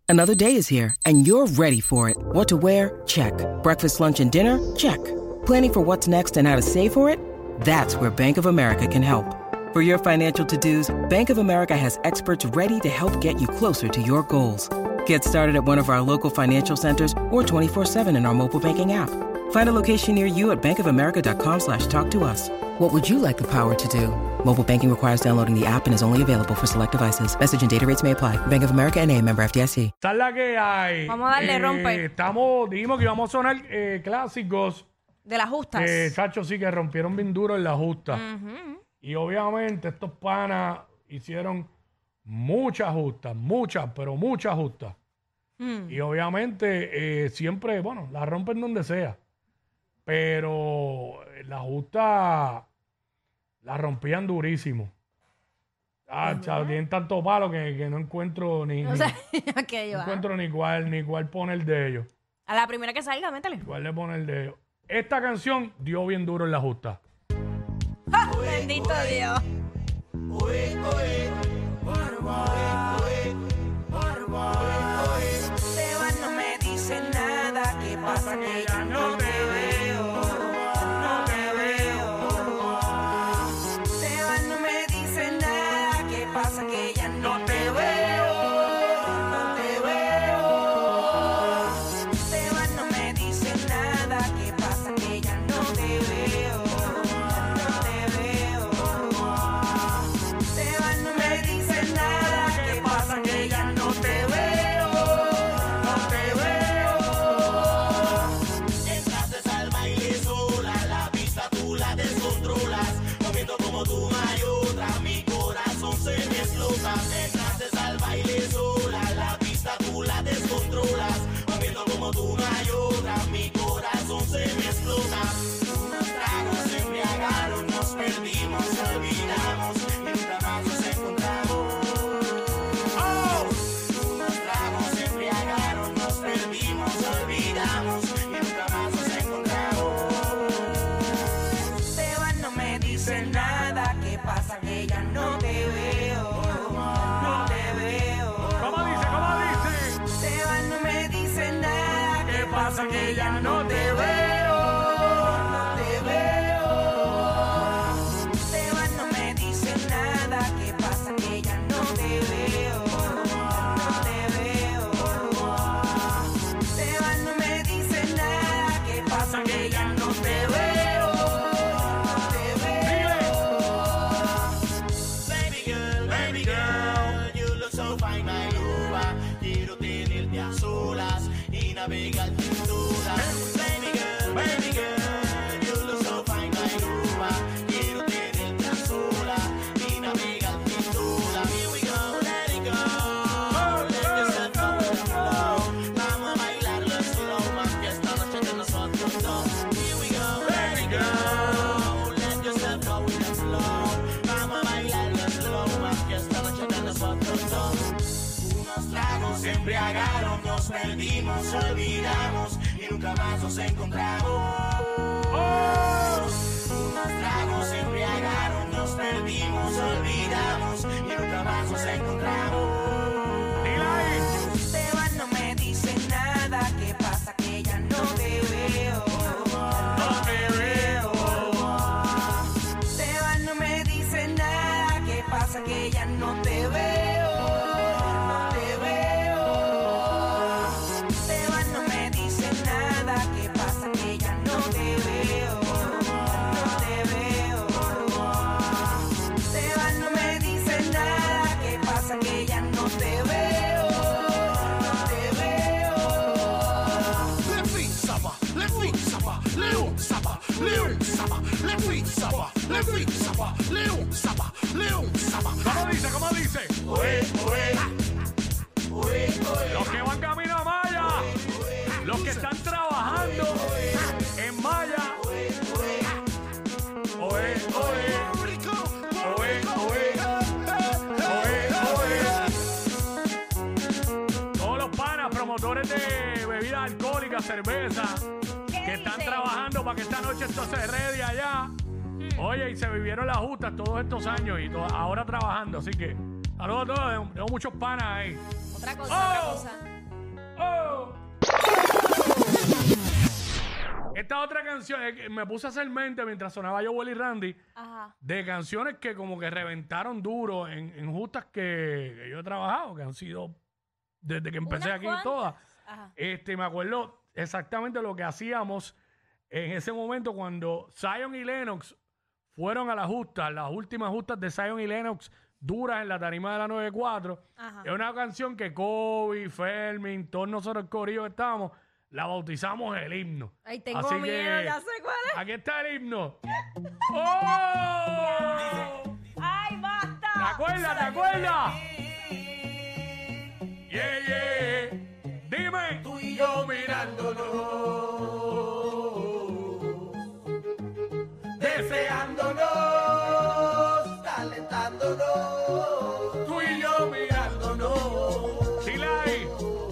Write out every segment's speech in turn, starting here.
Another day is here, and you're ready for it. What to wear? Check. Breakfast, lunch, and dinner? Check. Planning for what's next and how to save for it? That's where Bank of America can help. For your financial to-dos, Bank of America has experts ready to help get you closer to your goals. Get started at one of our local financial centers or 24/7 in our mobile banking app. Find a location near you at bankofamerica.com/talktous. What would you like the power to do? Mobile banking requires downloading the app and is only available for select devices. Message and data rates may apply. Bank of America N.A., member FDIC. Esta es la que hay. Vamos a darle rompe. Dijimos que íbamos a sonar clásicos. De las justas. Chacho, sí, que rompieron bien duro en la justa. Y obviamente estos panas hicieron muchas justas, pero muchas justas. Y obviamente siempre, bueno, la rompen donde sea. Pero la justa la rompían durísimo. Chao, tienen tanto palo que no encuentro ni, O sea, okay, no encuentro ni cuál poner de ellos. A la primera que salga, métele. ¿Cuál le pone el de ellos? Esta canción dio bien duro en la justa. ¡Ja! Bendito Dios. Esteban no me dice nada, ¿qué pasa que ya no te veo? No te veo. Esteban no me dice nada, ¿qué pasa que ya no te veo? No te veo. Esteban no me dice nada, ¿qué pasa que ya no te veo? No te veo. Esteban no me dice nada, ¿qué pasa que ya no te veo? Nada, ¿qué pasa que ya no te veo? No te veo. ¿Cómo dice? Esteban no me dice nada, ¿qué pasa que ya no te veo? No te veo. Esteban no me dice nada, ¿qué pasa que ya no te veo? No te veo. Esteban no me dice nada, ¿qué pasa que ya no te veo? Navegar sin duda. Baby girl, you look so fine, my Cuba. Quiero tenerte a sola y navegar sin duda. Here we go, let it go. Let yourself go with the flow. Vamos a bailarlo slow, más que esta noche de nosotros dos. Here we go, let it go. Let yourself go with the flow. Vamos a bailarlo slow, más que esta noche de nosotros dos. Unos tragos se embriagaron, nos perdimos, olvidamos y nunca más nos encontramos. Unos tragos se embriagaron, nos perdimos, olvidamos y nunca más nos encontramos. Esteban no me dice nada, ¿qué pasa que ya no te veo? No te veo. Esteban no me dice nada, ¿qué pasa que ya no te veo? No te veo. Esteban no me dice nada, ¿qué pasa que ya no te veo? No te veo. Esteban no me dice nada, ¿qué pasa que ya no te veo? No te veo. Lefi Saba, Lefi Saba, Leon Saba, Leon Saba, Lefi Saba, Lefi Saba, Leon Saba, Leon Saba. ¿Cómo dice? Los que van camino a Maya, los que están trabajando en Maya. Oe, oe, oe, oe, oe. Todos los panas, promotores de bebidas alcohólicas, cerveza, que están trabajando para que esta noche esto se ready allá. Oye, y se vivieron las justas todos estos años y ahora trabajando, así que saludos a todos, tengo muchos panas ahí. Otra cosa. esta otra canción, me puse a hacer mente mientras sonaba yo, Willy Randy, Ajá. de canciones que como que reventaron duro en justas que yo he trabajado, que han sido desde que empecé Unas aquí cuantas. todas. Ajá. Me acuerdo exactamente lo que hacíamos en ese momento cuando Zion y Lennox fueron a las justas, las últimas justas de Zion y Lennox duras en la tarima de la 94. Ajá. Es una canción que Kobe, Fermin, todos nosotros el corillo que estábamos, la bautizamos el himno. Ay, tengo Así miedo, que, ya sé cuál es. aquí está el himno. ¡Oh! ¡Ay, basta! ¿Te acuerdas? ¿Te acuerdas? Yeah, yeah. Dime. Tú y yo mirándonos, deseándonos, calentándonos. Tú y yo mirándonos, Dile ahí.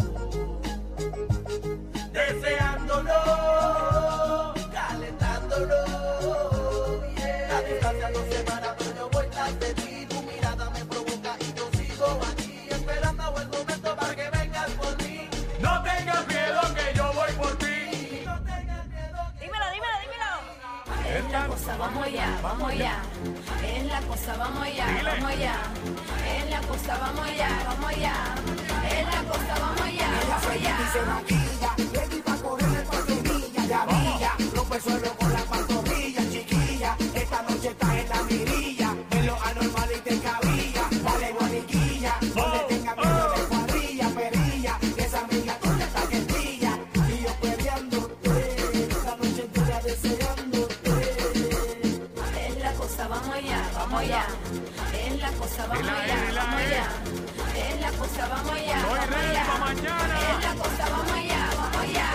deseándonos, calentándonos. La distancia nos separa, pero yo voy tras de ti. Tu mirada me provoca y yo sigo aquí, esperando el momento para que vengas por mí. No tengas miedo que yo voy por ti. No tengas miedo. Dímelo, dímelo, dímelo. Es la cosa, vamos allá, vamos allá. Es la cosa, vamos allá, Dile. vamos allá. Es la cosa, vamos allá, vamos allá. Es la cosa, vamos allá, vamos allá. Se maquilla, ready pa' correr el patinilla, ya brilla, rompe el suelo con la pantorrilla, chiquilla, esta noche está en la mirilla, en lo anormal y te cabilla, dale guaniquilla, no le tenga miedo de cuadrilla, perilla, esa amiga tuya está quentilla, y yo peleándote, esta noche entera deseándote. Es la cosa, vamos allá, vamos allá. Es la cosa, vamos Dile ahí, allá, dile vamos ahí. allá. Es la cosa, vamos allá, Estoy vamos ready allá. pa' mañana. Es la cosa, vamos allá, vamos allá.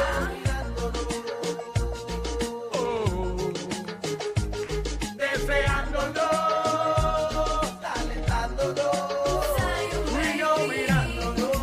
Deseándonos, calentándonos. Tú y yo mirándonos,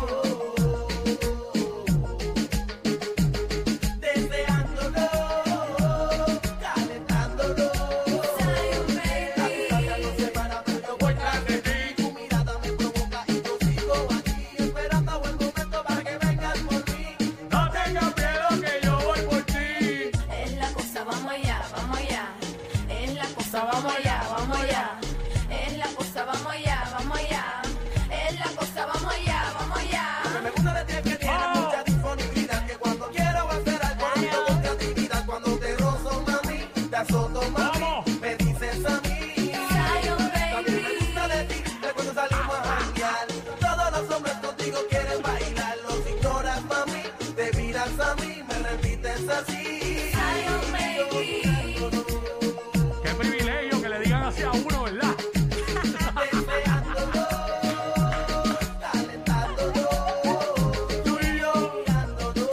deseándonos, calentándonos. La distancia nos separa, pero yo voy tras de ti. Tu mirada me provoca y yo sigo aquí, esperando el momento para que vengas por mí. No tengas miedo que yo voy por ti. Es la cosa, vamos allá, vamos allá. Es la cosa, vamos allá, vamos allá. Es la cosa, vamos allá, vamos allá. Es la cosa, vamos allá, vamos allá. Lo que me gusta de ti es que tienes mucha disponibilidad, que cuando quiero hacer algo contigo con creatividad, cuando te rozo, mami, te azoto, mami, ¿Cómo? me dices a mí. Zion, También me baby. gusta de ti, de cuando salimos a janguear, todos los hombres contigo quieren bailar, los ignoras, mami, te miras a mí, me repites así. Zion, baby. Qué privilegio que le digan así a uno, ¿verdad? Deseándonos, calentándonos, tú y yo mirándonos,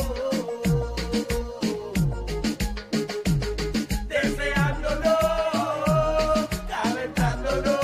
deseándonos, calentándonos.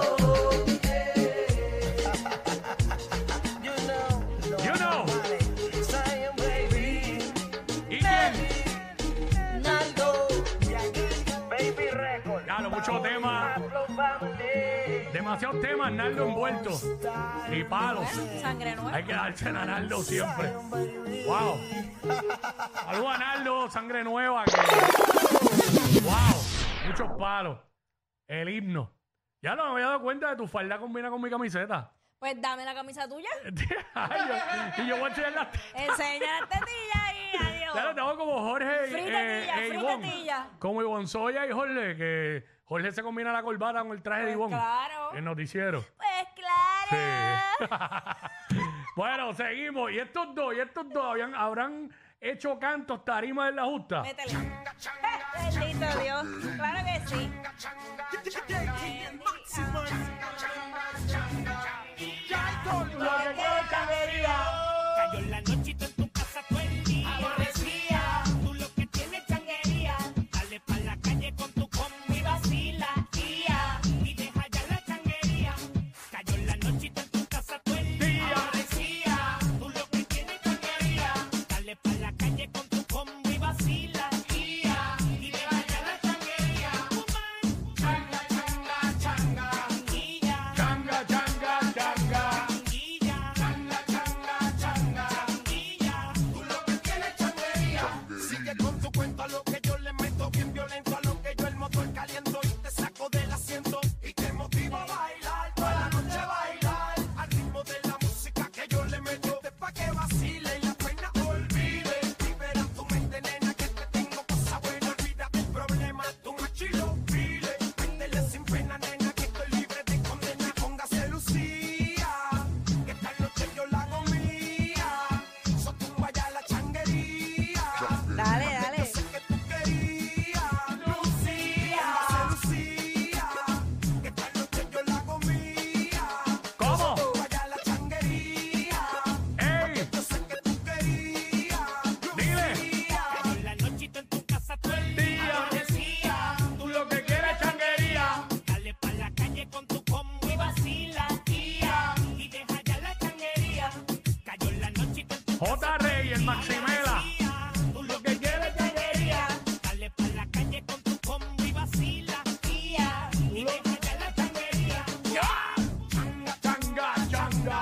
You know. Zion, baby, ¿Y quién? Naldo, Baby Record, Claro, muchos temas, Afro Family. demasiados temas, Naldo envuelto. Y palos. Sangre nueva. Hay que darse a Naldo siempre. Wow. Saludos a Naldo, sangre nueva. Wow. Muchos palos. El himno. Ya no me había dado cuenta de tu falda combina con mi camiseta. Pues dame la camisa tuya. Ay, y yo voy a enseñar las Enseña la tetilla y adiós. Claro, estamos como Jorge Fritetilla, Ivonne. fritetilla. Como Ivonne Soya y Jorge, que Jorge se combina la corbata con el traje de Ivonne. claro. El noticiero. Pues claro. Sí. Bueno, seguimos. Y estos dos habrán hecho cantos, tarimas en la justa. Métele. Bendito Dios. Claro que sí. Cayó la nochita en tu casa todo el día. Aborrecía. Tú lo que tienes changuería. Dale pa' la calle con tu combi vacila. Tía. Y deja ya la changuería. Cayó la nochita en tu casa todo el día. Aborrecía. Tú lo que tienes changuería. Dale pa' la calle con tu combi vacila. Tía. Y deja ya la changuería. Changa, changa, changa. Changuilla. J. Rey, el Maximela. Tú lo que quieres changuería. Dale pa' la calle con tu combo y vacila. Guía. Y deja ya la changuería. Changa, changa, changa.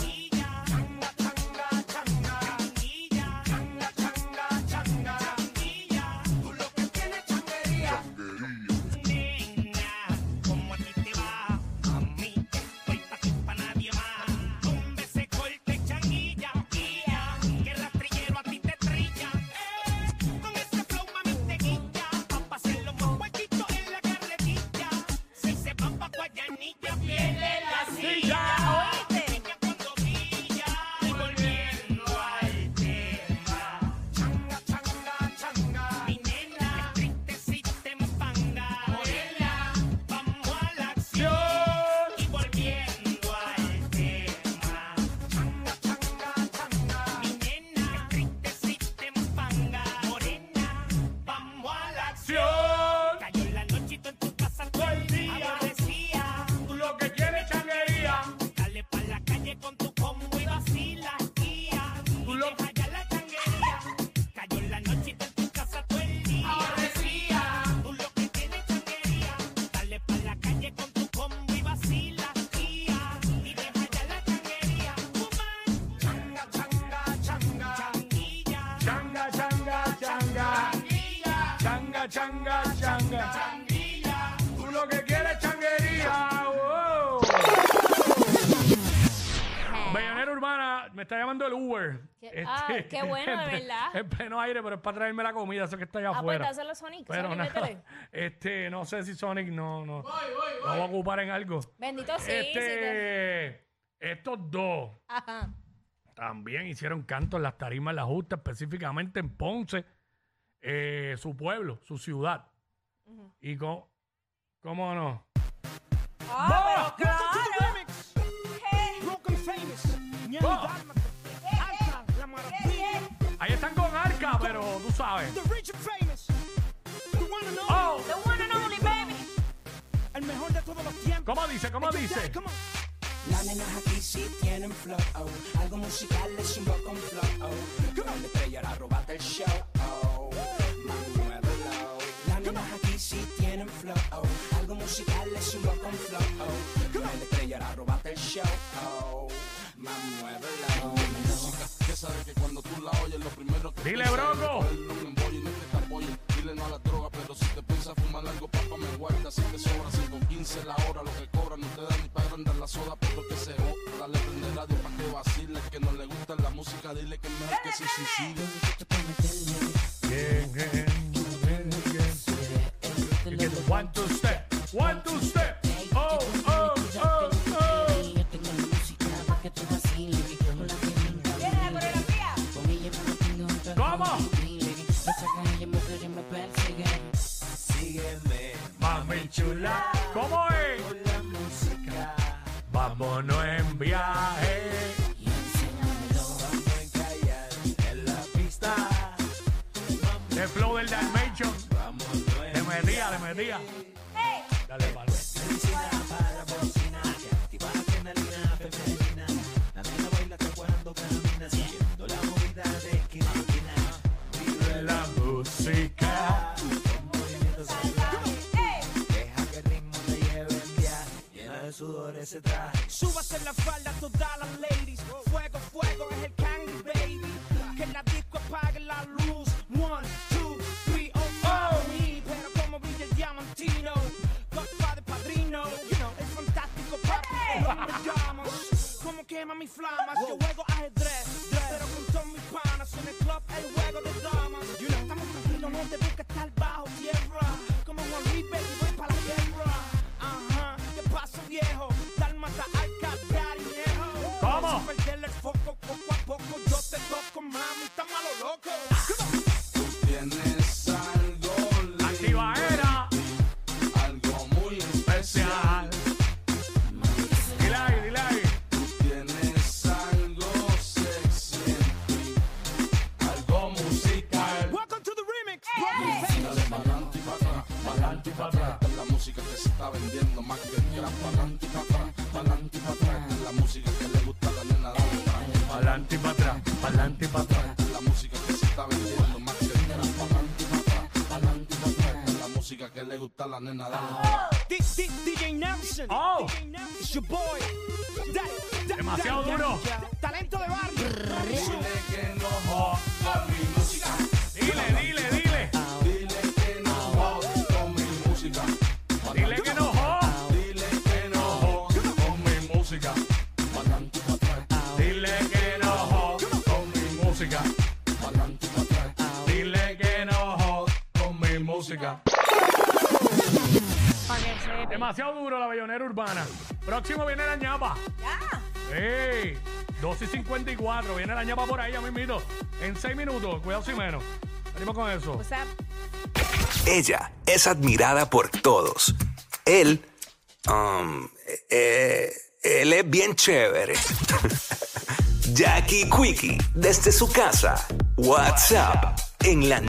Como a ti te va, a mí estoy pa' ti, pa' nadie más. Donde se corte changuilla, guía, que el rastrillero a ti te trilla. Con ese flow mami te guilla, pa' hacer los más huequitos en la carretilla. Si se van pa' Guayanilla, pierde la silla. Ella cuando brilla, y volviendo al tema. Changa, changa, changa. Mi nena, triste si te empanga. Morena, vamos a la acción. Y volviendo al tema. Changa, changa, changa. Mi nena, triste si te empanga. Morena, vamos a la acción. Cayó en la nochito en tu casa todo el día. Aborrecía. Tú lo que quieres changuería. Dale pa' la calle con tu combo y vacila, guía. Y deja ya la changuería. Cayó en la nochita en tu casa todo el día. Aborrecía. Tú lo que tienes changuería. Dale pa' la calle con tu combo y vacila, guía. Y deja ya la changuería. Woman. Changa, changa, changa. Changuilla. Changa, changa, changa. Changa, changa, changa. Changuilla. Tú lo que quieres changuería. Wow. Bellonera Urbana, me está llamando el Uber. Qué bueno, de verdad. En pleno aire, pero es para traerme la comida, eso que está allá Pues afuera. dáselo, Sonic. Pero Sonic, nada, métele. no sé si Sonic no va a ocupar en algo. Bendito sí. Estos dos Ajá. también hicieron canto en las tarimas en La Justa, específicamente en Ponce, su pueblo, su ciudad. Y ¿cómo no? Ah, pero claro. ¡Oh! Ahí están con Arca, pero tú sabes. ¡Oh! The one and only, baby. El mejor de todos los tiempos. ¿Cómo dice? ¿Cómo dice? Las nenas aquí sí tienen flow, algo musical es un con flow, grande estrella la robaste el show, mami muévelo. Las nenas aquí sí tienen flow, algo musical es un con flow, grande estrella la robaste el show, mami muévelo. Que sabe que cuando tú la oyes lo primero que Dile, Bronco. no me embolle, no te apoye. Dile no a la droga, pero si te piensas fumar algo, papá me guarda. Si te sobra 5.15 la hora, lo que cobra no te da ni para agrandar la soda, pero que se joda. Dale prende radio pa' que vacile. Que no le gusta la música, dile que es mejor que se suicide. You get the 1, 2 step, 1, 2 step. Oh, oh, oh, oh. ¿Tienes la coreografía? ¿Cómo? Mami chula, ¿cómo es? Vámonos en viaje. El flow del Dalmatian. Le metía. Dale, palo. Vive la música. Súbase en la falda todas las ladies. Fuego, fuego es el candy, baby. Que la disco apague la luz. 1, 2, 3, oh mami. Pero como brilla el diamantino. Godfather, padrino. You know, es fantástico, papi. Es donde llamas. Como quema mis flamas. Yo juego ajedrez. Pero con todos mis panas. En el club, el juego de damas. You know, estamos tranquilos, no te busques estar bajo tierra. Como Juan Luis, baby, voy para la guerra. Ajá, ¿qué pasa, viejo? Dálmata, Arca, daddy, viejo. ¿Cómo? Sin perderle el foco, poco a poco yo te toco, mami, está malo loco. Tú tienes algo lindo, Activa era algo muy especial. Dile ahí. Tú tienes algo sexy en ti, algo musical. Welcome to the remix. Dale pa'lante y pa' atrás, pa'lante y pa' atrás. Esta es la música que se está vendiendo más que el trap. Pa'lante y pa' atrás, pa'lante y pa' atrás. Esta es la música que le gusta a la nena. Dale, Pa'lante y para atrás, pa'lante y La música que se está vendiendo más que nada. La música que le gusta a la nena. DJ Nelson. Oh, It's your boy. demasiado duro. Talento de barrio. Dile que no jodas mi música. Dile. Dile que no jodas con mi música. Dile que no jodas. Dile que no jodas con mi música. Dile que no jodas con mi música. Dile que no jodas con mi música. Para que sepa. Demasiado duro la Bellonera Urbana. Próximo viene la ñapa. Ya. ¡Ey! 2:54. Viene la ñapa por ahí, ya mismito. En 6 minutos. Cuidado si menos. Venimos con eso. O sea, Ella es admirada por todos. Él es bien chévere. Jackie Quickie, desde su casa. WhatsApp en la